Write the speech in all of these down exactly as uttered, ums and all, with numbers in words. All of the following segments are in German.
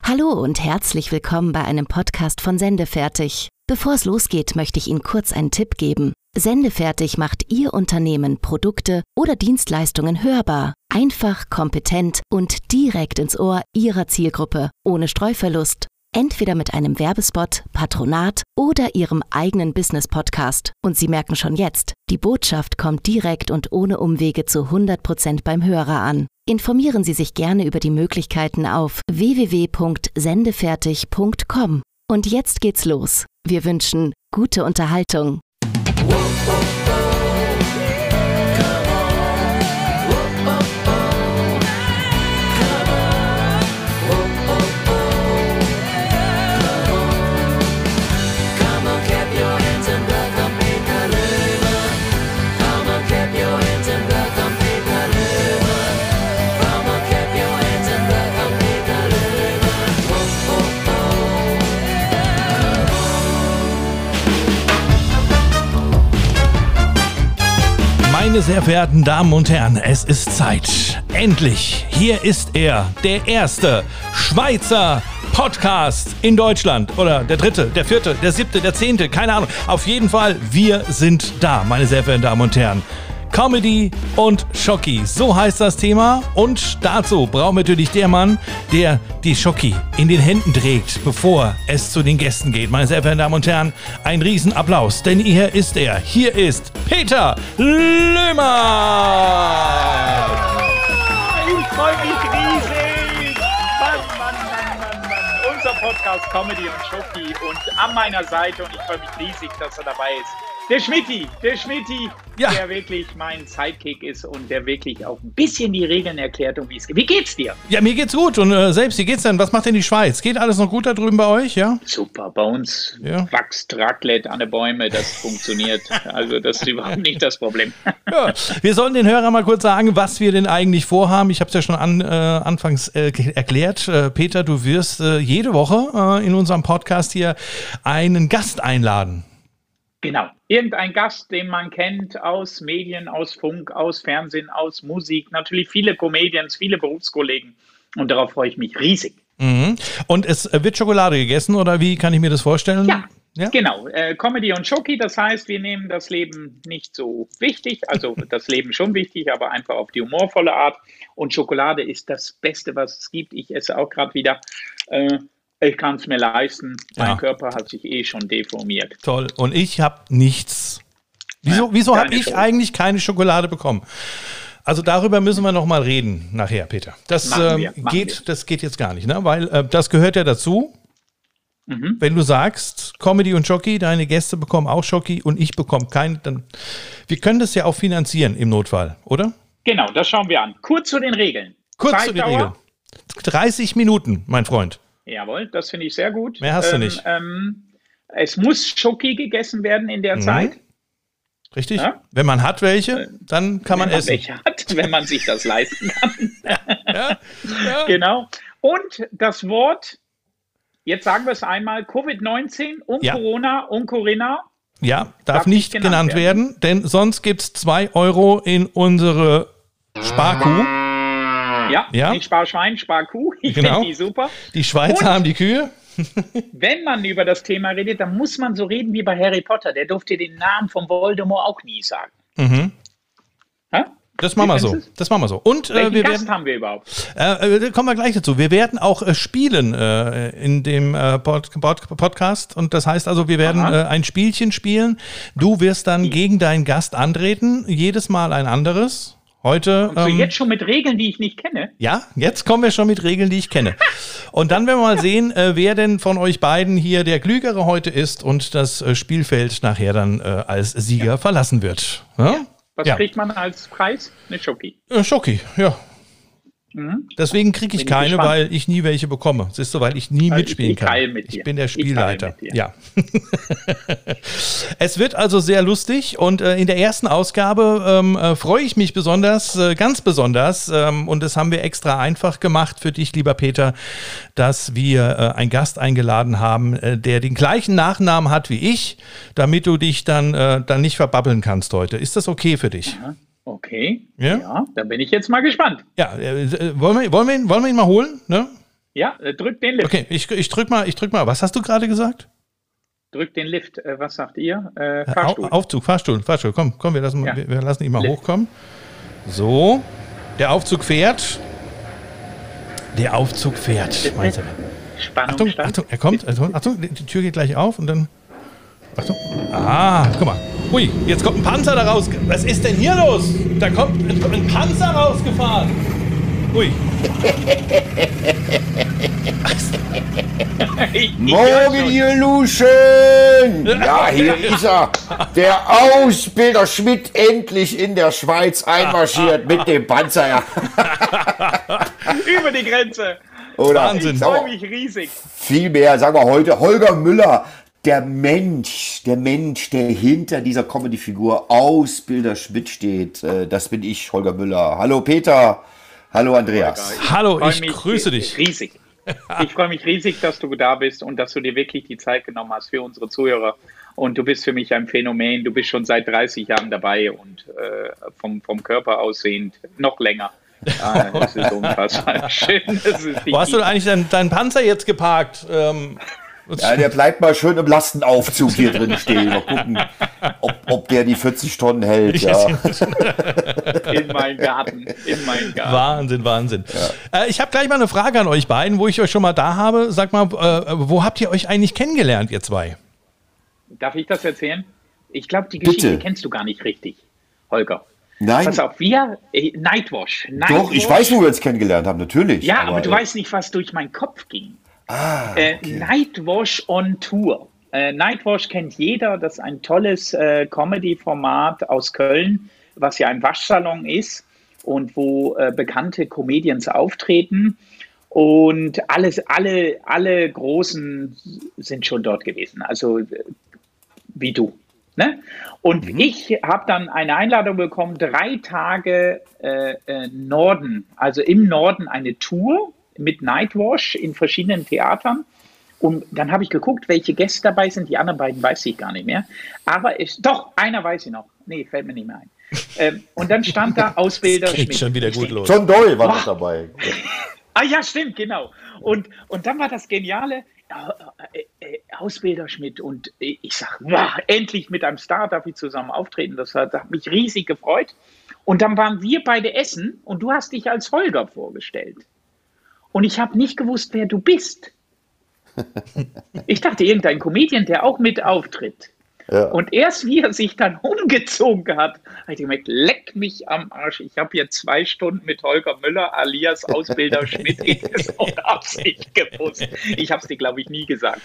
Hallo und herzlich willkommen bei einem Podcast von Sendefertig. Bevor es losgeht, möchte ich Ihnen kurz einen Tipp geben. Sendefertig macht Ihr Unternehmen, Produkte oder Dienstleistungen hörbar. Einfach, kompetent und direkt ins Ohr Ihrer Zielgruppe, ohne Streuverlust. Entweder mit einem Werbespot, Patronat oder Ihrem eigenen Business-Podcast. Und Sie merken schon jetzt, die Botschaft kommt direkt und ohne Umwege zu hundert Prozent beim Hörer an. Informieren Sie sich gerne über die Möglichkeiten auf w w w punkt sendefertig punkt com. Und jetzt geht's los. Wir wünschen gute Unterhaltung. Meine sehr verehrten Damen und Herren, es ist Zeit. Endlich, hier ist er, der erste Schweizer Podcast in Deutschland. Oder der dritte, der vierte, der siebte, der zehnte, keine Ahnung. Auf jeden Fall, wir sind da, meine sehr verehrten Damen und Herren. Comedy und Schoki, so heißt das Thema. Und dazu braucht natürlich der Mann, der die Schoki in den Händen trägt, bevor es zu den Gästen geht. Meine sehr verehrten Damen und Herren, ein Riesenapplaus, denn hier ist er. Hier ist Peter Löhmann. Ich freue mich riesig. Mann, Mann, Mann, Mann, Mann. Unser Podcast Comedy und Schoki und an meiner Seite, und ich freue mich riesig, dass er dabei ist, der Schmidti, der Schmidti, ja. Der wirklich mein Sidekick ist und der wirklich auch ein bisschen die Regeln erklärt und wie es geht. Wie geht's dir? Ja, mir geht's gut. Und äh, selbst, wie geht's denn? Was macht denn die Schweiz? Geht alles noch gut da drüben bei euch, ja? Super, bei uns ja. wächst Raclette an den Bäumen, das funktioniert. Also das ist überhaupt nicht das Problem. Ja. Wir sollen den Hörern mal kurz sagen, was wir denn eigentlich vorhaben. Ich habe es ja schon an, äh, anfangs äh, erklärt. Äh, Peter, du wirst äh, jede Woche äh, in unserem Podcast hier einen Gast einladen. Genau, irgendein Gast, den man kennt aus Medien, aus Funk, aus Fernsehen, aus Musik, natürlich viele Comedians, viele Berufskollegen, und darauf freue ich mich riesig. Mhm. Und es wird Schokolade gegessen, oder wie kann ich mir das vorstellen? Ja, ja? Genau, äh, Comedy und Schoki, das heißt, wir nehmen das Leben nicht so wichtig, also das Leben schon wichtig, aber einfach auf die humorvolle Art, und Schokolade ist das Beste, was es gibt. Ich esse auch gerade wieder äh, Ich kann es mir leisten. Mein ja. Körper hat sich eh schon deformiert. Toll. Und ich habe nichts. Wieso, wieso habe ich eigentlich keine Schokolade bekommen? Also darüber müssen wir noch mal reden nachher, Peter. Das, ähm, geht, das geht jetzt gar nicht, ne? Weil äh, das gehört ja dazu. Mhm. Wenn du sagst, Comedy und Schoki, deine Gäste bekommen auch Schoki und ich bekomme keinen, dann wir können das ja auch finanzieren im Notfall, oder? Genau, das schauen wir an. Kurz zu den Regeln. Kurz Zeitdauer. zu den Regeln. dreißig Minuten, mein Freund. Jawohl, das finde ich sehr gut. Mehr hast ähm, du nicht. Ähm, es muss Schoki gegessen werden in der mhm. Zeit. Richtig. Ja? Wenn man hat welche, dann kann man, man essen. Welche hat, wenn man sich das leisten kann. ja, ja. Genau. Und das Wort, jetzt sagen wir es einmal, Covid neunzehn und ja. Corona und Corinna. Ja, darf, darf nicht genannt, genannt werden, werden, denn sonst gibt es zwei Euro in unsere Sparkuh. Ja, ja, nicht Sparschwein, Sparkuh. Ich genau. finde die super. Die Schweizer und haben die Kühe. Wenn man über das Thema redet, dann muss man so reden wie bei Harry Potter. Der durfte den Namen von Voldemort auch nie sagen. Mhm. Ha? Das machen wir so. Das machen wir so. Und äh, welchen wir Gast werden, haben wir überhaupt? Äh, kommen wir gleich dazu. Wir werden auch äh, spielen äh, in dem äh, Pod- Pod- Podcast. Und das heißt also, wir werden äh, ein Spielchen spielen. Du wirst dann gegen deinen Gast antreten. Jedes Mal ein anderes. Heute. Und so ähm, jetzt schon mit Regeln, die ich nicht kenne? Ja, jetzt kommen wir schon mit Regeln, die ich kenne. Und dann werden wir mal sehen, äh, wer denn von euch beiden hier der Klügere heute ist und das äh, Spielfeld nachher dann äh, als Sieger ja. verlassen wird. Ja? Ja. Was ja. kriegt man als Preis? Eine Schoki. Äh, Schoki, ja. Mhm. Deswegen kriege ich, ich keine, gespannt. weil ich nie welche bekomme. Siehst du, weil ich nie also mitspielen ich, ich kann. Mit dir. Ich bin der Spielleiter. Ja. Es wird also sehr lustig und äh, in der ersten Ausgabe ähm, äh, freue ich mich besonders, äh, ganz besonders, ähm, und das haben wir extra einfach gemacht für dich, lieber Peter, dass wir äh, einen Gast eingeladen haben, äh, der den gleichen Nachnamen hat wie ich, damit du dich dann, äh, dann nicht verbabbeln kannst heute. Ist das okay für dich? Aha. Okay, ja? ja, da bin ich jetzt mal gespannt. Ja, äh, wollen, wir, wollen, wir ihn, wollen wir ihn mal holen? Ne? Ja, äh, drück den Lift. Okay, ich, ich drück mal, ich drück mal. Was hast du gerade gesagt? Drück den Lift. Äh, was sagt ihr? Äh, Fahrstuhl. Aufzug, Fahrstuhl, Fahrstuhl. Komm, komm, wir lassen, ja. wir, wir lassen ihn mal Lift. hochkommen. So, der Aufzug fährt. Der Aufzug fährt. Spannung. Achtung, Achtung, er kommt. Achtung, Achtung, die Tür geht gleich auf und dann. Achtung. Ah, guck mal. Hui, jetzt kommt ein Panzer da raus. Was ist denn hier los? Da kommt ein, ein Panzer rausgefahren. Hui. Morgen, ihr Luschen! Ja, hier ist er. Der Ausbilder Schmidt endlich in der Schweiz einmarschiert mit dem Panzer. Über die Grenze. Oder Wahnsinn. Ich freue mich riesig. Viel mehr, sagen wir heute, Holger Müller. Der Mensch, der Mensch, der hinter dieser Comedy-Figur Ausbilder Schmidt steht, das bin ich, Holger Müller. Hallo Peter, hallo Andreas. Ich hallo, ich grüße dich. Riesig. Ich freue mich riesig, dass du da bist und dass du dir wirklich die Zeit genommen hast für unsere Zuhörer. Und du bist für mich ein Phänomen. Du bist schon seit dreißig Jahren dabei und äh, vom, vom Körper aussehend noch länger. Ja, das ist unfassbar schön. Das ist Wo hast du eigentlich deinen, deinen Panzer jetzt geparkt? Ähm, Ja, der bleibt mal schön im Lastenaufzug hier drin stehen. Mal gucken, ob, ob der die vierzig Tonnen hält. Ja. In meinen Garten. In meinen Garten. Wahnsinn, Wahnsinn. Ja. Äh, ich habe gleich mal eine Frage an euch beiden, wo ich euch schon mal da habe. Sag mal, äh, wo habt ihr euch eigentlich kennengelernt, ihr zwei? Darf ich das erzählen? Ich glaube, die Geschichte Bitte. kennst du gar nicht richtig, Holger. Nein. Pass auf, wir, äh, Nightwash. Nightwash. Doch, ich weiß, wo wir uns kennengelernt haben, natürlich. Ja, aber, aber du äh, weißt nicht, was durch meinen Kopf ging. Ah, okay. äh, Nightwash on Tour. Äh, Nightwash kennt jeder, das ist ein tolles äh, Comedy-Format aus Köln, was ja ein Waschsalon ist und wo äh, bekannte Comedians auftreten. Und alles, alle, alle Großen sind schon dort gewesen, also äh, wie du. Ne? Und mhm. ich habe dann eine Einladung bekommen, drei Tage äh, äh, Norden, also im Norden eine Tour mit Nightwash in verschiedenen Theatern. Und dann habe ich geguckt, welche Gäste dabei sind. Die anderen beiden weiß ich gar nicht mehr. Aber ich, doch, einer weiß ich noch. Nee, fällt mir nicht mehr ein. Ähm, und dann stand da Ausbilder das geht Schmidt. schon wieder gut los. John Doyle war noch dabei. Ah ja, stimmt, genau. Und, und dann war das Geniale, äh, äh, Ausbilder Schmidt. Und äh, ich sage, wow, endlich mit einem Star darf ich zusammen auftreten. Das hat, das hat mich riesig gefreut. Und dann waren wir beide essen und du hast dich als Holger vorgestellt. Und ich habe nicht gewusst, wer du bist. Ich dachte, irgendein Comedian, der auch mit auftritt. Ja. Und erst wie er sich dann umgezogen hat, habe ich gemerkt, leck mich am Arsch. Ich habe hier zwei Stunden mit Holger Müller alias Ausbilder Schmidt gegessen und habe es nicht gewusst. Ich habe es dir, glaube ich, nie gesagt.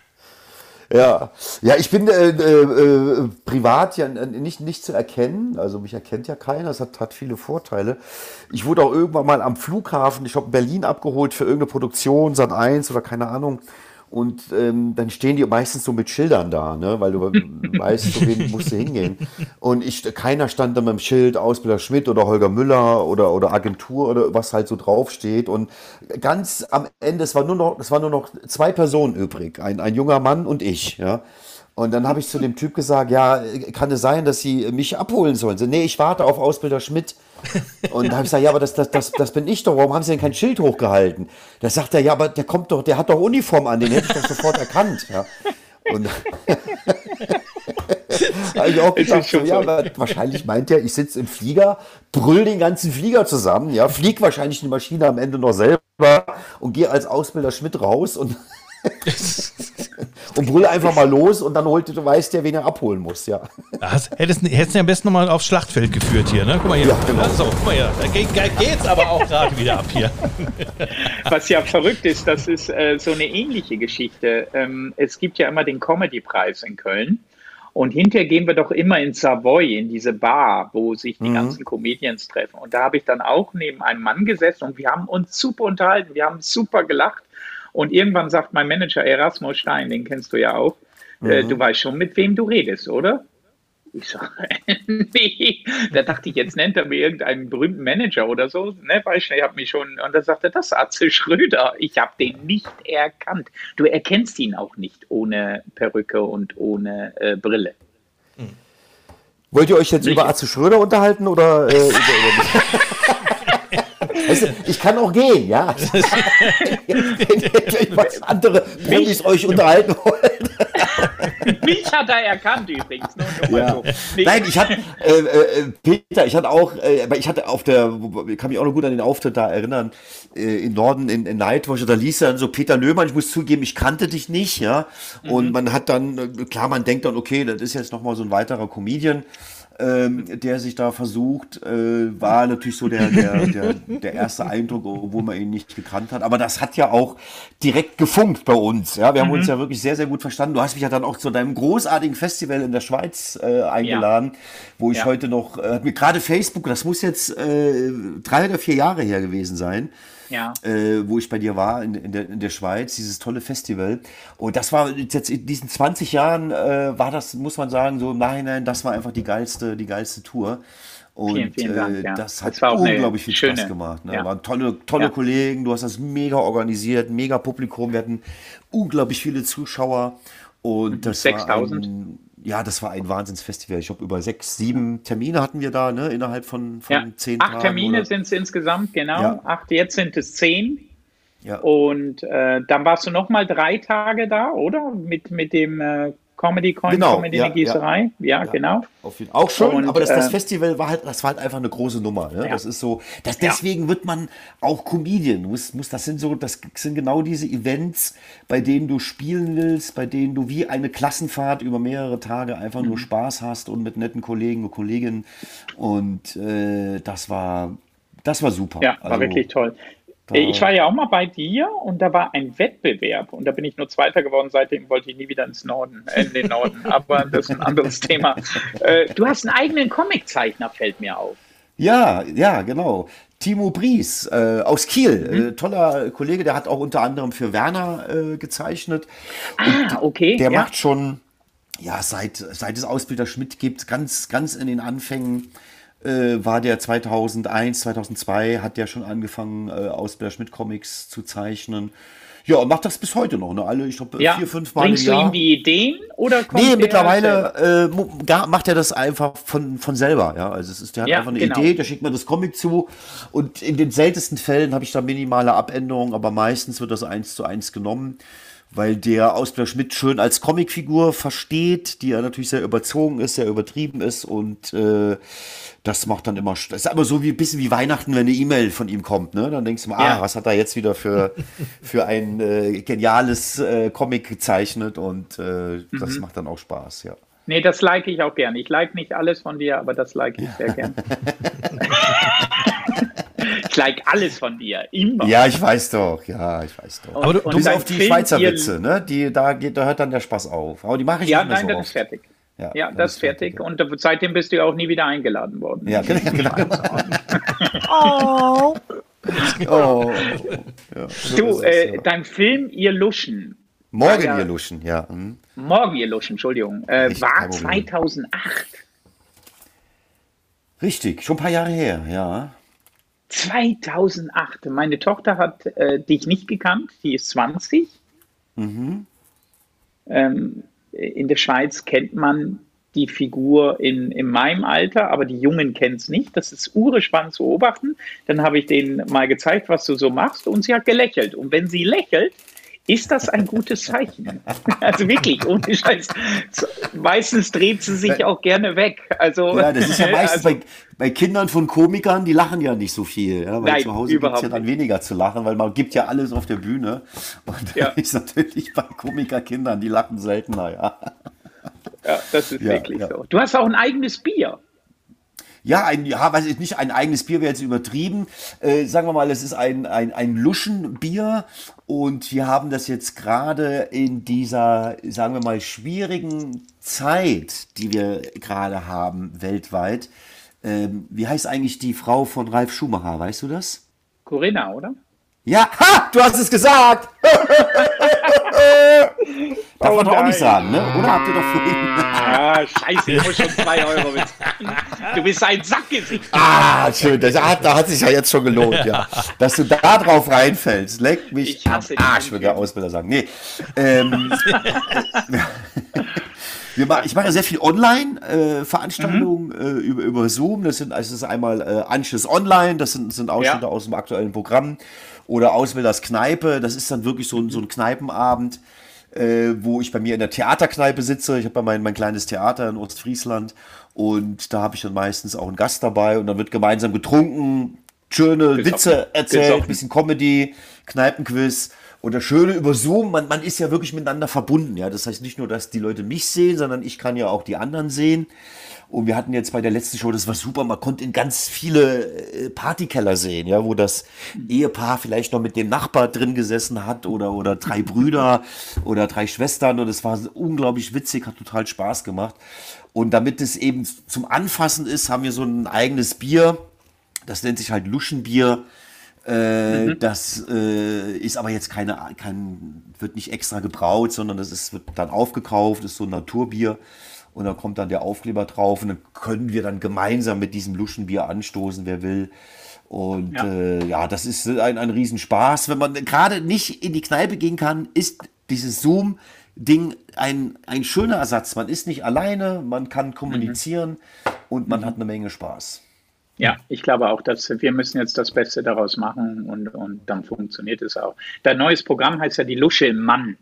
Ja, ja, ich bin äh, äh, privat ja nicht, nicht zu erkennen, also mich erkennt ja keiner, das hat, hat viele Vorteile. Ich wurde auch irgendwann mal am Flughafen, ich glaube in Berlin abgeholt für irgendeine Produktion, Sat eins oder keine Ahnung. Und ähm, dann stehen die meistens so mit Schildern da, ne? Weil du weißt, zu wem musst du hingehen. Und ich, keiner stand da mit dem Schild Ausbilder Schmidt oder Holger Müller oder, oder Agentur oder was halt so draufsteht. Und ganz am Ende, es war nur noch, es waren nur noch zwei Personen übrig, ein, ein junger Mann und ich. Ja? Und dann habe ich zu dem Typ gesagt, ja, kann es sein, dass Sie mich abholen sollen? So, nee, ich warte auf Ausbilder Schmidt. Und da habe ich gesagt, ja, aber das, das, das, das bin ich doch, warum haben Sie denn kein Schild hochgehalten? Da sagt er, ja, aber der kommt doch, der hat doch Uniform an, den hätte ich doch sofort erkannt. Ja. Und habe ich auch gedacht, so, ja, aber wahrscheinlich meint er, ich sitze im Flieger, brüll den ganzen Flieger zusammen, ja, flieg wahrscheinlich die Maschine am Ende noch selber und gehe als Ausbilder Schmidt raus und und brüll einfach mal los und dann holt du weißt ja, wen er abholen muss, ja. Das hättest du am besten nochmal aufs Schlachtfeld geführt hier, ne? Guck mal hier. Ja, genau. So, guck mal hier. Da geht, geht's aber auch gerade wieder ab hier. Was ja verrückt ist, das ist äh, so eine ähnliche Geschichte. Ähm, es gibt ja immer den Comedy-Preis in Köln. Und hinterher gehen wir doch immer ins Savoy, in diese Bar, wo sich die mhm. ganzen Comedians treffen. Und da habe ich dann auch neben einem Mann gesessen und wir haben uns super unterhalten. Wir haben super gelacht. Und irgendwann sagt mein Manager Erasmus Stein, den kennst du ja auch, mhm. äh, du weißt schon, mit wem du redest, oder? Ich sage, nee. Da dachte ich, jetzt nennt er mir irgendeinen berühmten Manager oder so. Ne, weißt du, ich habe mich schon, und da sagte er, das ist Atze Schröder. Ich habe den nicht erkannt. Du erkennst ihn auch nicht ohne Perücke und ohne äh, Brille. Mhm. Wollt ihr euch jetzt nicht über Atze Schröder unterhalten oder äh, über, über Weißt du, ich kann auch gehen, ja. Wenn was andere Promis euch unterhalten wollen. Mich hat er erkannt übrigens. Nur, nur Ja. so. Nee. Nein, ich hatte, äh, äh, Peter, ich hatte auch, äh, aber ich hatte auf der, ich kann mich auch noch gut an den Auftritt da erinnern, äh, im Norden in, in Nightwatch, da ließ dann so Peter Löhmann, ich muss zugeben, ich kannte dich nicht, ja. Und mhm. man hat dann, äh, klar, man denkt dann, okay, das ist jetzt nochmal so ein weiterer Comedian. Ähm, der sich da versucht, äh, war natürlich so der, der, der, der erste Eindruck, obwohl man ihn nicht gekannt hat. Aber das hat ja auch direkt gefunkt bei uns. Ja? Wir haben mhm. uns ja wirklich sehr, sehr gut verstanden. Du hast mich ja dann auch zu deinem großartigen Festival in der Schweiz äh, eingeladen, ja. wo ich ja. heute noch, äh, mir gerade Facebook, das muss jetzt äh, drei oder vier Jahre her gewesen sein. Ja. Äh, wo ich bei dir war, in, in, der, in der Schweiz, dieses tolle Festival. Und das war jetzt in diesen zwanzig Jahren, äh, war das, muss man sagen, so im Nachhinein, das war einfach die geilste, die geilste Tour. Und vielen, vielen Dank, äh, ja. das hat das unglaublich viel schöne, Spaß gemacht. Ne? Ja. Waren tolle, tolle ja. Kollegen, du hast das mega organisiert, mega Publikum, wir hatten unglaublich viele Zuschauer. Und das sechstausend. War ein, ja, das war ein Wahnsinnsfestival. Ich glaube, über sechs, sieben Termine hatten wir da, ne, innerhalb von, von ja. zehn Acht Tagen. Acht Termine sind es insgesamt, genau. Ja. Acht, jetzt sind es zehn. Ja. Und äh, dann warst du noch mal drei Tage da, oder? Mit, mit dem äh, Comedy Coin, genau, Comedy ja, in der Gießerei. Ja, ja, ja genau. Auf jeden, auch schon, und, aber das, das äh, Festival war halt, das war halt einfach eine große Nummer. Ne? Ja. Das ist so, das, deswegen ja. wird man auch Comedian. Muss, muss, das sind so, das sind genau diese Events, bei denen du spielen willst, bei denen du wie eine Klassenfahrt über mehrere Tage einfach mhm. nur Spaß hast und mit netten Kollegen und Kolleginnen. Und äh, das war, das war super. Ja, war also, wirklich toll. Ich war ja auch mal bei dir und da war ein Wettbewerb und da bin ich nur Zweiter geworden. Seitdem wollte ich nie wieder ins Norden, äh, in den Norden, aber das ist ein anderes Thema. Äh, du hast einen eigenen Comiczeichner, fällt mir auf. Ja, ja, genau. Timo Bries äh, aus Kiel, mhm. äh, toller Kollege, der hat auch unter anderem für Werner äh, gezeichnet. Ah, okay. Der ja. macht schon, ja, seit, seit es Ausbilder Schmidt gibt, ganz, ganz in den Anfängen. Äh, war der zweitausendeins, zweitausendzwei, hat der schon angefangen, äh, Ausbilder Schmidt Comics zu zeichnen. Ja, und macht das bis heute noch, ne? Alle, ich glaube, ja. vier, fünf Mal Bringst im Jahr. du ihm die Ideen oder kommt Nee, mittlerweile äh, macht er das einfach von, von selber, ja. Also es ist, der hat ja, einfach eine genau. Idee, der schickt mir das Comic zu und in den seltensten Fällen habe ich da minimale Abänderungen, aber meistens wird das eins zu eins genommen, weil der Ausbilder Schmidt schön als Comicfigur versteht, die ja natürlich sehr überzogen ist, sehr übertrieben ist und äh, das macht dann immer, das ist aber so wie ein bisschen wie Weihnachten, wenn eine E-Mail von ihm kommt, ne? Dann denkst du mal, ja. ah, was hat er jetzt wieder für, für ein äh, geniales äh, Comic gezeichnet und äh, mhm. das macht dann auch Spaß, ja. Nee, das like ich auch gerne. Ich like nicht alles von dir, aber das like ich sehr gern. Ich like alles von dir, immer. Ja, ich weiß doch, ja, ich weiß doch. Und, aber du, du bist auf die Film, Schweizer Witze, ne? Die, da, geht, da hört dann der Spaß auf. Aber die mache ich ja, nicht mehr nein, so das oft. ist fertig. Ja, ja das ist fertig. fertig. Und seitdem bist du ja auch nie wieder eingeladen worden. Ja, genau. oh. oh. Ja, so du, es, äh, ja. dein Film Ihr Luschen. Morgen ja, Ihr Luschen, ja. Hm. Morgen Ihr Luschen, Entschuldigung. Äh, war zweitausendacht. Richtig, schon ein paar Jahre her, ja. zweitausendacht. Meine Tochter hat äh, dich nicht gekannt, die ist zwanzig. Mhm. Ähm, in der Schweiz kennt man die Figur in, in meinem Alter, aber die Jungen kennen es nicht. Das ist urspannend zu beobachten. Dann habe ich denen mal gezeigt, was du so machst und sie hat gelächelt. Und wenn sie lächelt, ist das ein gutes Zeichen. Also wirklich, ohne Scheiß. Meistens dreht sie sich auch gerne weg. Also, ja, das ist ja meistens also, bei, bei Kindern von Komikern, die lachen ja nicht so viel. Ja, weil nein, zu Hause gibt es ja dann weniger zu lachen, weil man gibt ja alles auf der Bühne. Und ja. ist natürlich bei Komikerkindern, die lachen seltener, ja. Ja, das ist ja, wirklich ja. so. Du hast auch ein eigenes Bier. Ja, ein, ja, weiß ich nicht, ein eigenes Bier wäre jetzt übertrieben. Äh, sagen wir mal, es ist ein, ein, ein Luschenbier und wir haben das jetzt gerade in dieser, sagen wir mal, schwierigen Zeit, die wir gerade haben, weltweit. Ähm, wie heißt eigentlich die Frau von Ralf Schumacher, weißt du das? Corinna, oder? Ja, ha, du hast es gesagt! Darf oh man doch auch nicht nein. sagen, ne? Oder habt ihr doch vorhin? Ah, scheiße, ich muss schon zwei Euro bezahlen. Du bist ein Sackgesicht. Ah, schön, das hat, da hat sich ja jetzt schon gelohnt, ja. Dass du da drauf reinfällst, leck mich ich hasse am Arsch, würde der Ausbilder sagen. Nee, ähm, wir Wir ma ich mache sehr viel Online-Veranstaltungen mhm. äh, über, über Zoom. Das sind also das ist einmal äh, Anschluss Online, das sind, sind Ausschnitte ja. aus dem aktuellen Programm. Oder Ausbilders Kneipe, das ist dann wirklich so ein, so ein Kneipenabend, äh, wo ich bei mir in der Theaterkneipe sitze. Ich habe ja mein, mein kleines Theater in Ostfriesland und da habe ich dann meistens auch einen Gast dabei und dann wird gemeinsam getrunken, schöne Bis Witze auf. erzählt, ein bisschen Comedy, Kneipenquiz. Und das Schöne über Zoom, man, man ist ja wirklich miteinander verbunden. Ja? Das heißt nicht nur, dass die Leute mich sehen, sondern ich kann ja auch die anderen sehen. Und wir hatten jetzt bei der letzten Show, das war super, man konnte in ganz viele Partykeller sehen, ja, wo das Ehepaar vielleicht noch mit dem Nachbar drin gesessen hat oder, oder drei Brüder oder drei Schwestern. Und es war unglaublich witzig, hat total Spaß gemacht. Und damit es eben zum Anfassen ist, haben wir so ein eigenes Bier. Das nennt sich halt Luschenbier. Äh, mhm. Das äh, ist aber jetzt keine, kein, wird nicht extra gebraut, sondern das ist, wird dann aufgekauft, ist so ein Naturbier und dann kommt dann der Aufkleber drauf und dann können wir dann gemeinsam mit diesem Luschenbier anstoßen, wer will. Und ja, äh, ja das ist ein, ein Riesenspaß. Wenn man gerade nicht in die Kneipe gehen kann, ist dieses Zoom-Ding ein, ein schöner Ersatz. Man ist nicht alleine, man kann kommunizieren mhm. und man mhm. hat eine Menge Spaß. Ja, ich glaube auch, dass wir müssen jetzt das Beste daraus machen und, und dann funktioniert es auch. Dein neues Programm heißt ja die Lusche im Mann.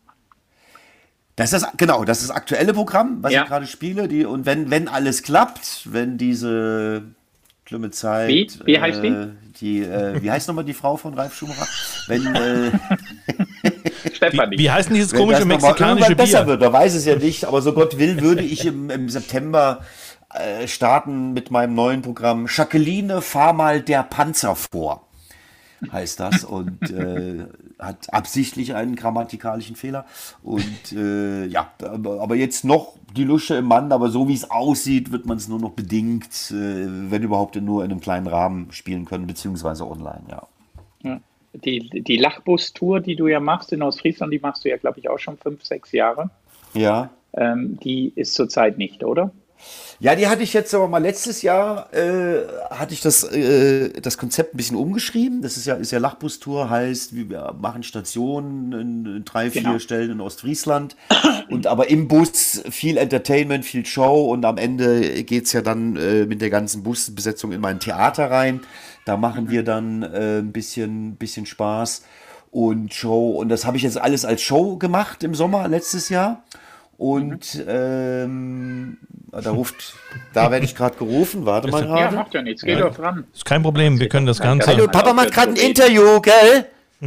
Das ist das, genau, das ist das aktuelle Programm, was ja. ich gerade spiele. Die, und wenn, wenn alles klappt, wenn diese schlimme Zeit... Wie, wie heißt äh, die? Äh, wie heißt nochmal die Frau von Ralf Schumacher? Wenn... Äh, Stefanie. Wie, wie heißt denn dieses komische mexikanische Bier? Besser wird, da weiß es ja nicht, aber so Gott will, würde ich im, im September... starten mit meinem neuen Programm Jacqueline, fahr mal der Panzer vor, heißt das und äh, hat absichtlich einen grammatikalischen Fehler und äh, ja, aber, aber jetzt noch die Lusche im Mann, aber so wie es aussieht, wird man es nur noch bedingt, äh, wenn überhaupt nur in einem kleinen Rahmen spielen können, beziehungsweise online, ja. ja. Die, die Lachbus-Tour, die du ja machst in Ostfriesland, die machst du ja, glaube ich, auch schon fünf, sechs Jahre. Ja. Ähm, die ist zurzeit nicht, oder? Ja, die hatte ich jetzt aber mal letztes Jahr, äh, hatte ich das, äh, das Konzept ein bisschen umgeschrieben. Das ist ja, ist ja Lachbus-Tour, heißt, wir machen Stationen in, in drei, vier genau. Stellen in Ostfriesland. Und aber im Bus viel Entertainment, viel Show und am Ende geht's ja dann äh, mit der ganzen Busbesetzung in mein Theater rein. Da machen mhm. wir dann äh, ein bisschen, bisschen Spaß und Show. Und das habe ich jetzt alles als Show gemacht im Sommer letztes Jahr. Und ähm, da ruft, da werde ich gerade gerufen, warte mal gerade. Ja, macht ja nichts, geh ja. doch dran. Ist kein Problem, wir können das Ganze... Hallo, Papa macht gerade ein Interview, gell?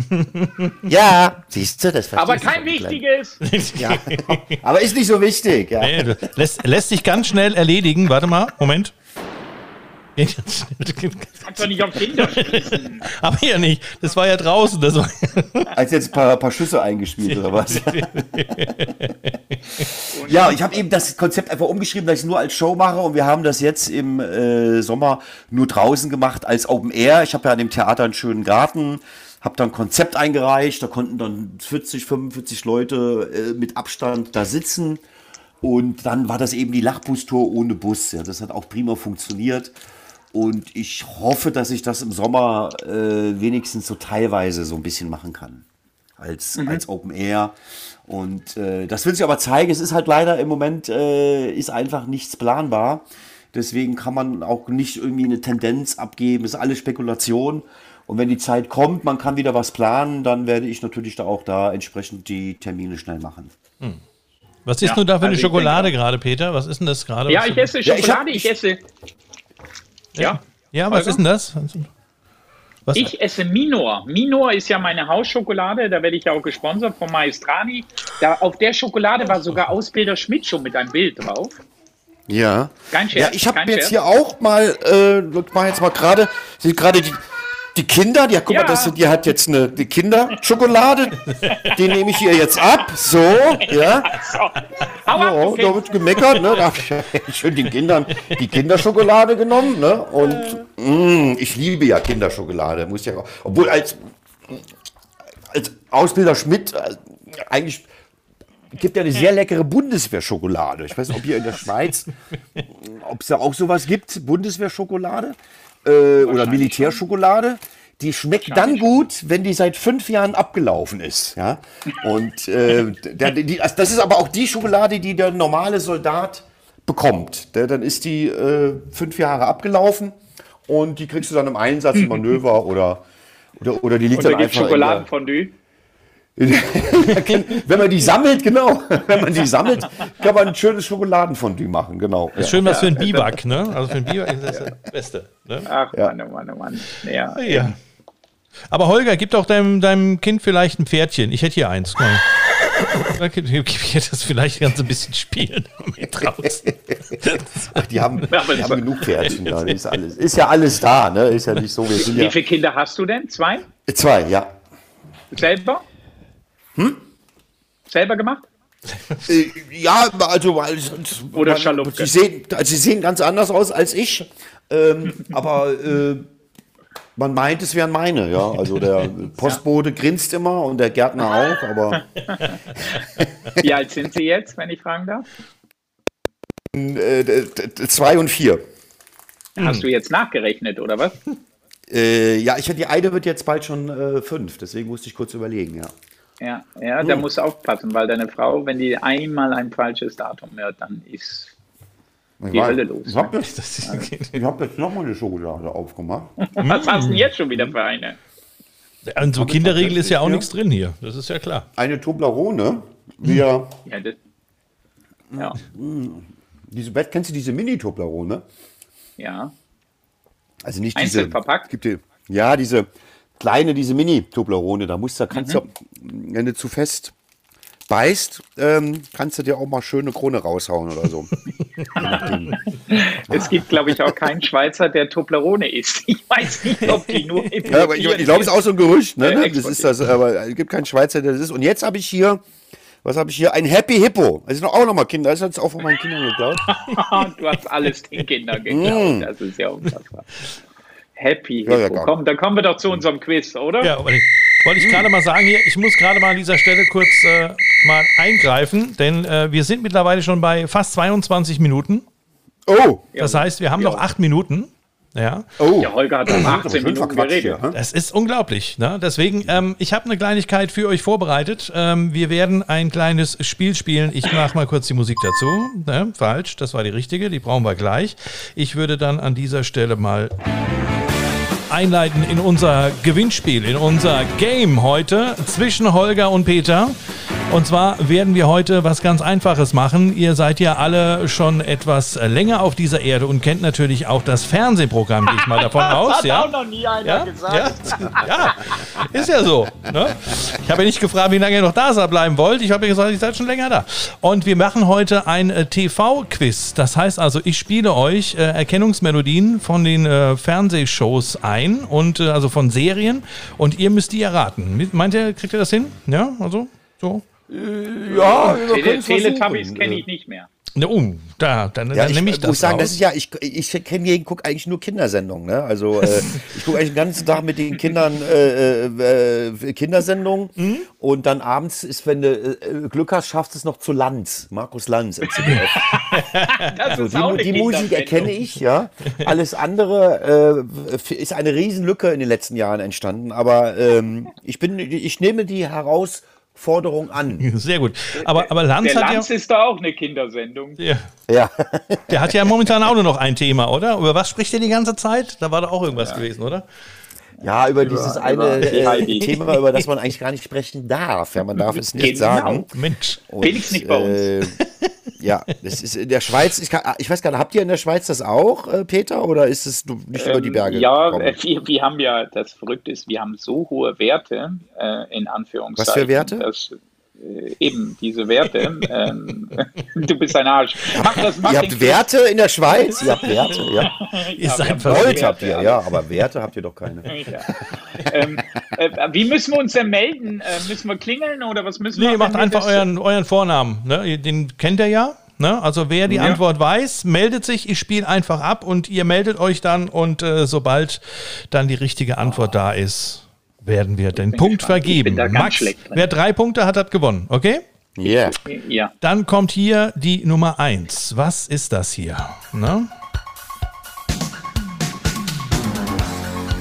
Ja, siehst du, das verstehst aber kein wichtiges. Ja, aber ist nicht so wichtig. Ja. Nee, lässt, lässt sich ganz schnell erledigen, warte mal, Moment. Kannst doch nicht auf Kinder schießen. Aber ja nicht, das war ja draußen. Das war Als jetzt ein paar, paar Schüsse eingespielt oder was? Ja, ich habe eben das Konzept einfach umgeschrieben, dass ich es nur als Show mache und wir haben das jetzt im äh, Sommer nur draußen gemacht als Open Air. Ich habe ja an dem Theater einen schönen Garten, habe dann ein Konzept eingereicht, da konnten dann vierzig, fünfundvierzig Leute äh, mit Abstand da sitzen und dann war das eben die Lachbus-Tour ohne Bus. Ja, das hat auch prima funktioniert. Und ich hoffe, dass ich das im Sommer äh, wenigstens so teilweise so ein bisschen machen kann. Als, mhm. als Open Air. Und äh, das will sich aber zeigen. Es ist halt leider im Moment, äh, ist einfach nichts planbar. Deswegen kann man auch nicht irgendwie eine Tendenz abgeben. Es ist alles Spekulation. Und wenn die Zeit kommt, man kann wieder was planen, dann werde ich natürlich da auch da entsprechend die Termine schnell machen. Hm. Was isst ja, du da für also eine Schokolade gerade, Peter? Was ist denn das gerade? Ja, ich esse Schokolade, ja, ich, hab, ich esse... Ja, ja, was ist denn das? Was? Ich esse Minor. Minor ist ja meine Hausschokolade, da werde ich ja auch gesponsert von Maestrani. Da, auf der Schokolade war sogar Ausbilder Schmidt schon mit einem Bild drauf. Ja. Kein Scherz. Ja, ich habe jetzt Scherz. hier auch mal, äh, mach jetzt mal gerade, sind gerade die, die Kinder, ja, guck ja. mal, das, die hat jetzt eine die Kinderschokolade, die nehme ich ihr jetzt ab, so, ja. So. So, da wird gemeckert, ne, da habe ich schön den Kindern die Kinderschokolade genommen, ne, und mh, ich liebe ja Kinderschokolade, muss ja, obwohl als, als Ausbilder Schmidt, äh, eigentlich gibt ja eine sehr leckere Bundeswehrschokolade. Ich weiß nicht, ob hier in der Schweiz, ob es da auch sowas gibt, Bundeswehrschokolade. Äh, oder Militärschokolade, die schmeckt dann gut, wenn die seit fünf Jahren abgelaufen ist. Ja? Und äh, der, die, das ist aber auch die Schokolade, die der normale Soldat bekommt. Der, dann ist die äh, fünf Jahre abgelaufen und die kriegst du dann im Einsatz, im Manöver oder, oder, oder die liegt und dann da einfach. Schokoladenfondue. Wenn man die sammelt, genau. Wenn man die sammelt, kann man ein schönes Schokoladenfondue machen, genau. Das ist schön was für ein Biwak, ne? Also für ein Biwak ist das das Beste. Ne? Ach, Ja. Mann, oh Mann, oh Mann. Ja. Ja. Aber Holger, gib doch deinem, deinem Kind vielleicht ein Pferdchen. Ich hätte hier eins. Guck mal. Da gib gib ich das vielleicht ganz ein bisschen spielen mit draußen. Ach, die haben, die haben genug Pferdchen da. Ist, alles, ist ja alles da, ne? Ist ja nicht so. Wir sind Wie ja viele Kinder hast du denn? Zwei? zwei, ja. Selber? Hm? Selber gemacht? Äh, ja, also, also Oder man, Schalupke. sie sehen, also sie sehen ganz anders aus als ich, ähm, aber äh, man meint, es wären meine, ja. Also der Postbote grinst immer und der Gärtner auch, aber Wie alt sind sie jetzt, wenn ich fragen darf? äh, d- d- zwei und vier. Hast du jetzt nachgerechnet, oder was? Äh, ja, ich die eine wird jetzt bald schon äh, fünf, deswegen musste ich kurz überlegen, ja. Ja, ja, da musst du aufpassen, weil deine Frau, wenn die einmal ein falsches Datum hört, dann ist Ich die weiß, Hölle los. Ich habe Ne? jetzt, ich hab jetzt nochmal eine Schokolade aufgemacht. Was hast du denn jetzt schon wieder für eine? An so Kinderregel ist ja auch hier? nichts drin hier. Das ist ja klar. Eine Toblerone. Wir, Ja, das, ja, diese Bett, kennst du diese Mini-Toblerone? ja. Also nicht Einzeln diese. verpackt? Gibt die, ja, diese kleine, diese Mini-Toblerone. Da musst du, kannst du, wenn du zu fest beißt, ähm, kannst du dir auch mal schöne Krone raushauen oder so. Je nachdem. Es gibt, glaube ich, auch keinen Schweizer, der Toblerone isst. Ich weiß nicht, ob die nur Ja, aber ich, ich glaube, es ist auch so ein Gerücht, ne? Äh, Das ist das, aber es gibt keinen Schweizer, der das ist. Und jetzt habe ich hier, was habe ich hier? Ein Happy Hippo. Das ist auch nochmal Kinder. Das ist jetzt auch von meinen Kindern geklaut. Du hast alles den Kindern geklaut. Das ist ja unfassbar. Happy Ja, ja, Hippo. klar. Komm, dann kommen wir doch zu unserem Quiz, oder? Ja, wollte ich, wollte ich gerade mal sagen hier, ich muss gerade mal an dieser Stelle kurz äh, mal eingreifen, denn äh, wir sind mittlerweile schon bei fast zweiundzwanzig Minuten. Oh, Das heißt, wir haben Ja. noch acht Minuten. Ja, oh. Der Holger hat um achtzehn Schön Minuten verquatscht geredet. hier, hä? das ist unglaublich. Ne? Deswegen, ähm, ich habe eine Kleinigkeit für euch vorbereitet. Ähm, wir werden ein kleines Spiel spielen. Ich mache mal kurz die Musik dazu. Ne? Falsch, das war die richtige, die brauchen wir gleich. Ich würde dann an dieser Stelle mal einleiten in unser Gewinnspiel, in unser Game heute zwischen Holger und Peter. Und zwar werden wir heute was ganz Einfaches machen. Ihr seid ja alle schon etwas länger auf dieser Erde und kennt natürlich auch das Fernsehprogramm, gehe ich mal davon aus. Das hat Ja? auch noch nie einer Ja? gesagt. Ja? Ja, ist ja so. Ne? Ich habe ja nicht gefragt, wie lange ihr noch da bleiben wollt. Ich habe ja gesagt, ihr seid schon länger da. Und wir machen heute ein äh, T V-Quiz. Das heißt also, ich spiele euch äh, Erkennungsmelodien von den äh, Fernsehshows ein, und äh, also von Serien, und ihr müsst die erraten. Mit- Meint ihr, kriegt ihr das hin? Ja, also so. Ja, wir Tele können Teletubbies versuchen. kenne ich nicht mehr. Ne, oh, da, dann, Ja, dann ich nehme ich das muss sagen, raus. das ist ja, ich, ich kenne hier, gucke eigentlich nur Kindersendungen. Ne? Also äh, ich gucke eigentlich den ganzen Tag mit den Kindern äh, äh, Kindersendungen Mhm. und dann abends ist, wenn du äh, Glück hast, schaffst du es noch zu Lanz, Markus Lanz im Z D F. Das So, ist auch eine die, die Musik Kindersendung. erkenne ich, ja. Alles andere äh, ist eine Riesenlücke in den letzten Jahren entstanden, aber ähm, ich bin, ich nehme die Herausforderung an. Sehr gut. Aber, aber Lanz Der hat Lanz ja, ist da auch eine Kindersendung. ja, Ja. der hat ja momentan auch nur noch ein Thema, oder? Über was spricht der die ganze Zeit? Da war da auch irgendwas gewesen, oder? Ja, über dieses eine über die äh, Heidi. Thema, über das man eigentlich gar nicht sprechen darf. Ja, man darf es nicht Genau. sagen. Mensch. Und, Wenigstens nicht bei uns. Äh, ja, das ist in der Schweiz, ich, kann, ich weiß gar nicht, habt ihr in der Schweiz das auch, äh, Peter, oder ist es du- nicht über die Berge Ähm, ja, gekommen? äh, wir, wir haben ja, das Verrückte ist, wir haben so hohe Werte, äh, in Anführungszeichen. Was für Werte? Dass, äh, eben diese Werte. ähm, du bist ein Arsch. Mach das, mach Ihr den habt Werte in der Schweiz? Ihr habt Werte, ja. Ihr seid wir haben verrückt. Gold habt ihr, ja, aber Werte habt ihr doch keine. Ja. ähm, äh, wie müssen wir uns denn melden? Äh, müssen wir klingeln oder was müssen Nee, wir? ihr macht wenn wir einfach das- euren, euren Vornamen. Ne? Den kennt ihr ja. Ne? Also wer die Ja. Antwort weiß, meldet sich. Ich spiele einfach ab und ihr meldet euch dann. Und äh, sobald dann die richtige Antwort da ist, werden wir den bin Punkt gespannt. Ich bin vergeben. da ganz Max, schlecht drin. wer drei Punkte hat, hat gewonnen. Okay? Yeah. Ja. Dann kommt hier die Nummer eins. Was ist das hier? Ne?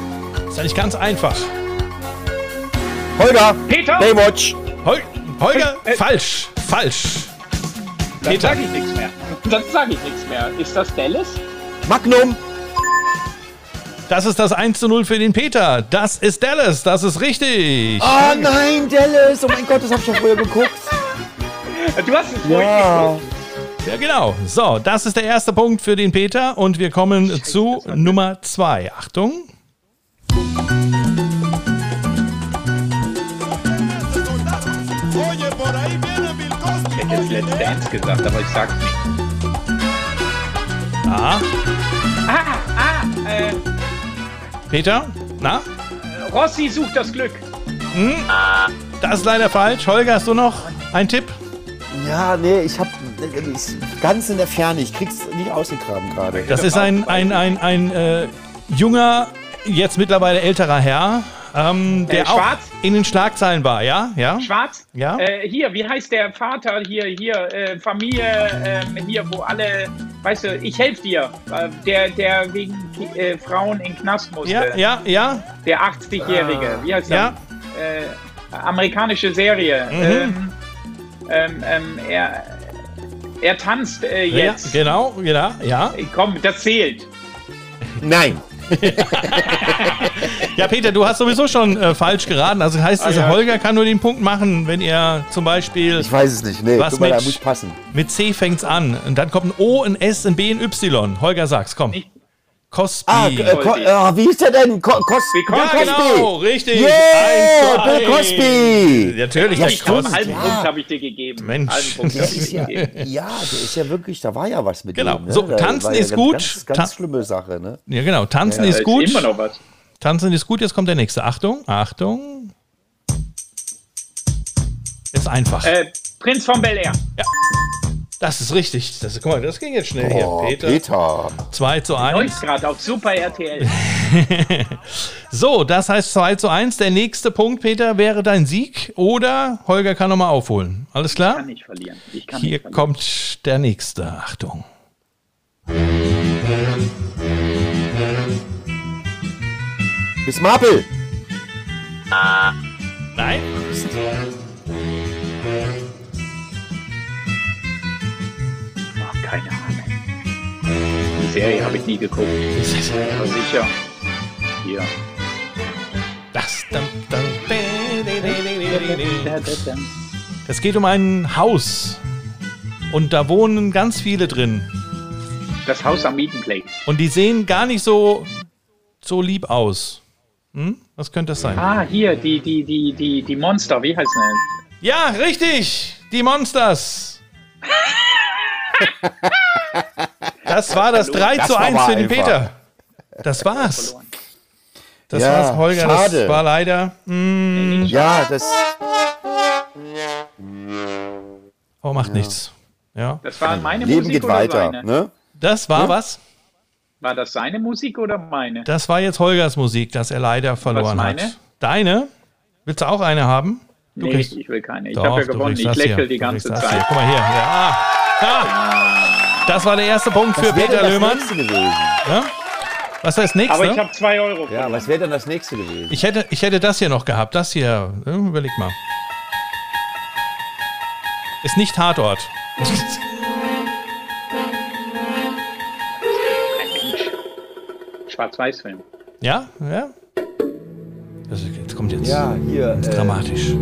Ist ja nicht ganz einfach. Holger. Peter. Baywatch. Hol Holger, Äh, äh. falsch, falsch. Dann Peter. sage ich nichts mehr. Dann sage ich nichts mehr. Ist das Dallas? Magnum. Das ist das eins zu null für den Peter. Das ist Dallas, das ist richtig. Oh nein, Dallas. Oh mein Gott, das habe ich ja vorher geguckt. Du hast es vorhin Ja. geguckt. Ja, genau. So, das ist der erste Punkt für den Peter und wir kommen zu Nummer zwei. Achtung. Ich hätte jetzt Let's Dance gesagt, aber ich sag's nicht. Ah, Ah, ah, äh, Peter, na? Rossi sucht das Glück. Das ist leider falsch. Holger, hast du noch einen Tipp? Ja, nee, ich hab ist ganz in der Ferne. Ich krieg's nicht ausgegraben gerade. Das ist ein, ein, ein, ein äh, junger, jetzt mittlerweile älterer Herr, ähm, der Äh, auch schwarz? in den Schlagzeilen war, ja? Ja? Schwarz? Ja. Äh, hier, wie heißt der Vater hier, hier, äh, Familie, ähm, hier, wo alle, weißt du, ich helfe dir. Äh, der, der wegen äh, Frauen in den Knast musste. Ja, ja, ja. Der achtzigjährige, wie heißt Ja. der? Äh, amerikanische Serie. Mhm. Ähm, ähm, ähm, er, er tanzt äh, jetzt. Ja, genau, genau, ja. Komm, das zählt. Nein. Ja, Peter, du hast sowieso schon äh, falsch geraten. Also heißt es, Ah, ja. Holger kann nur den Punkt machen, wenn er zum Beispiel Ich weiß es nicht. Nee, Was guck mal, mit- da muss passen. mit C fängt's an. Und dann kommt ein O, ein S, ein B, ein Y. Holger, sag's, komm. Nicht- Cosby. Ah, äh, Ko äh, wie ist der denn? Ko Cosby. Wie ja, Cosby. genau, richtig. Yeah, Eins zu Bill eins. Cosby. Natürlich, Ja, der Ich komm, einen stimmt. halben Ja. Punkt habe ich dir gegeben. Mensch. Halben Punkt Der habe ich ist dir ja, gegeben. ja, der ist ja wirklich, da war ja was mit Genau. dem. Ne? So, Da tanzen war ja ist ganz, gut. Ganz, ganz Ta- schlimme Sache, ne? Ja, genau. Tanzen Da ist gut. immer noch was. Tanzen ist gut. Jetzt kommt der nächste. Achtung, Achtung. Ist einfach. Äh, Prinz von Bel-Air. Das ist richtig. Das, guck mal, das ging jetzt schnell Oh, hier. Peter. Peter. zwei zu eins. Läuft gerade auf Super R T L. So, das heißt zwei zu eins. Der nächste Punkt, Peter, wäre dein Sieg. Oder Holger kann nochmal aufholen. Alles Ich klar? kann nicht verlieren. Ich kann Hier nicht verlieren. kommt der nächste. Achtung. Miss Marple. Nein. Ach, keine Ahnung. Die Serie habe ich nie geguckt. Aber sicher. Hier. Das, dann, dann, es geht um ein Haus. Und da wohnen ganz viele drin. Das Haus am Eden Place. Und die sehen gar nicht so, so lieb aus. Hm? Was könnte das sein? Ah, hier, die, die, die, die, die Monster, wie heißt das? Ja, richtig! Die Monsters! Das war das drei Das zu war eins aber für den einfach. Peter. Das war's. Verloren. Das Ja, war's, Holger. schade. Das war leider. Mm, Ja, das. oh, macht nichts. Ja. Das war meine Leben Musik geht oder weiter. seine? Ne? Das war Ja. was? War das seine Musik oder meine? Das war jetzt Holgers Musik, das er leider verloren meine? hat. Deine? Willst du auch eine haben? Du nee, kriegst- ich will keine. Ich Doch, habe ja du gewonnen. kriegst Ich das lächle hier. die Du ganze kriegst das hier. Zeit. Guck mal hier. Ja. Ah. Das war der erste Punkt für Was wäre Peter denn das Löhmann. nächste gewesen? Ja? Was war das nächste? Aber ich habe zwei Euro. Ja, verloren. was wäre denn das nächste gewesen? Ich hätte, ich hätte das hier noch gehabt. Das hier. Ja, überleg mal. Ist nicht Tatort. Schwarz-Weiß-Film. Ja? Ja? Also jetzt kommt jetzt Ja, hier. Äh, dramatisch.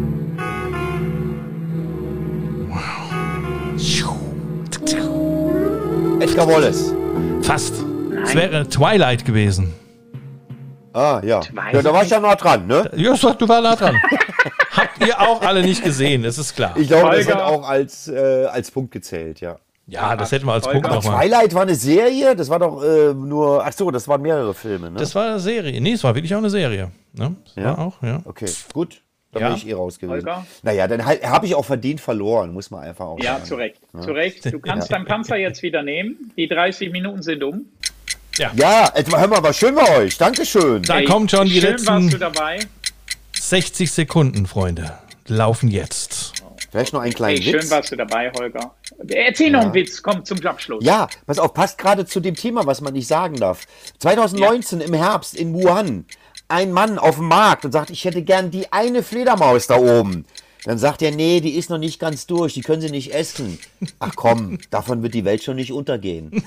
Edgar Wallace. Fast. Es wäre Twilight gewesen. Ah, ja. Twilight. Ja, da war ich ja noch dran, ne? Ja, sag, du warst nah dran. Habt ihr auch alle nicht gesehen, das ist klar. Ich glaube, das Holger. hat auch als, äh, als Punkt gezählt, ja. Ja, das hätten wir als Holger. Punkt Aber nochmal. Twilight war eine Serie, das war doch äh, nur. Ach so, das waren mehrere Filme, ne? Das war eine Serie. Nee, es war wirklich auch eine Serie. Ne? Das Ja? war auch, ja. Okay, gut. Dann Ja. bin ich eh raus gewesen. Holger? Naja, dann halt, habe ich auch verdient verloren, muss man einfach auch Ja, sagen. zu Recht. Zu Recht. Du kannst deinen Panzer jetzt wieder nehmen. Die dreißig Minuten sind um. Ja, jetzt mal, hör mal, war schön bei euch. Dankeschön. Da Ey, kommen schon die schön warst du letzten dabei. sechzig Sekunden, Freunde. Laufen jetzt. Vielleicht noch einen kleinen Ey, schön Witz. warst du dabei, Holger. Erzähl noch einen Witz. Komm zum Abschluss. Ja, pass auf, passt gerade zu dem Thema, was man nicht sagen darf. zwanzig neunzehn im Herbst in Wuhan. ein Mann auf dem Markt und sagt, ich hätte gern die eine Fledermaus da oben. Dann sagt er, nee, die ist noch nicht ganz durch, die können Sie nicht essen. Ach komm, davon wird die Welt schon nicht untergehen.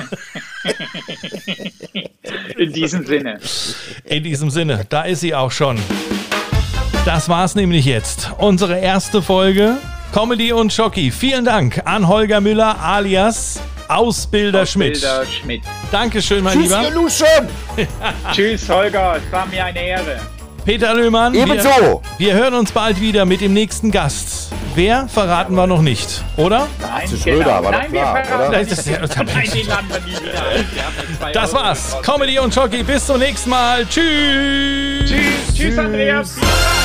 In diesem Sinne. In diesem Sinne, da ist sie auch schon. Das war's nämlich jetzt. Unsere erste Folge Comedy und Schocki. Vielen Dank an Holger Müller alias Ausbilder, Ausbilder Schmidt. Schmidt. Dankeschön, mein Tschüss, Lieber. ihr Luschen. Tschüss, Holger. Es war mir eine Ehre. Peter Löhmann. Ebenso. Wir, wir hören uns bald wieder mit dem nächsten Gast. Wer, verraten wir noch nicht, oder? Nein, zu Schröder, genau. war doch Nein, klar, wir verraten oder? nicht. Das ist ja- das hab ich- Nein, den laden wir nie wieder ein. Wir haben jetzt zwei Das Euro war's. gekostet. Comedy und Schocki. Bis zum nächsten Mal. Tschüss. Tschüss, tschüss, Andreas. Vielen Dank.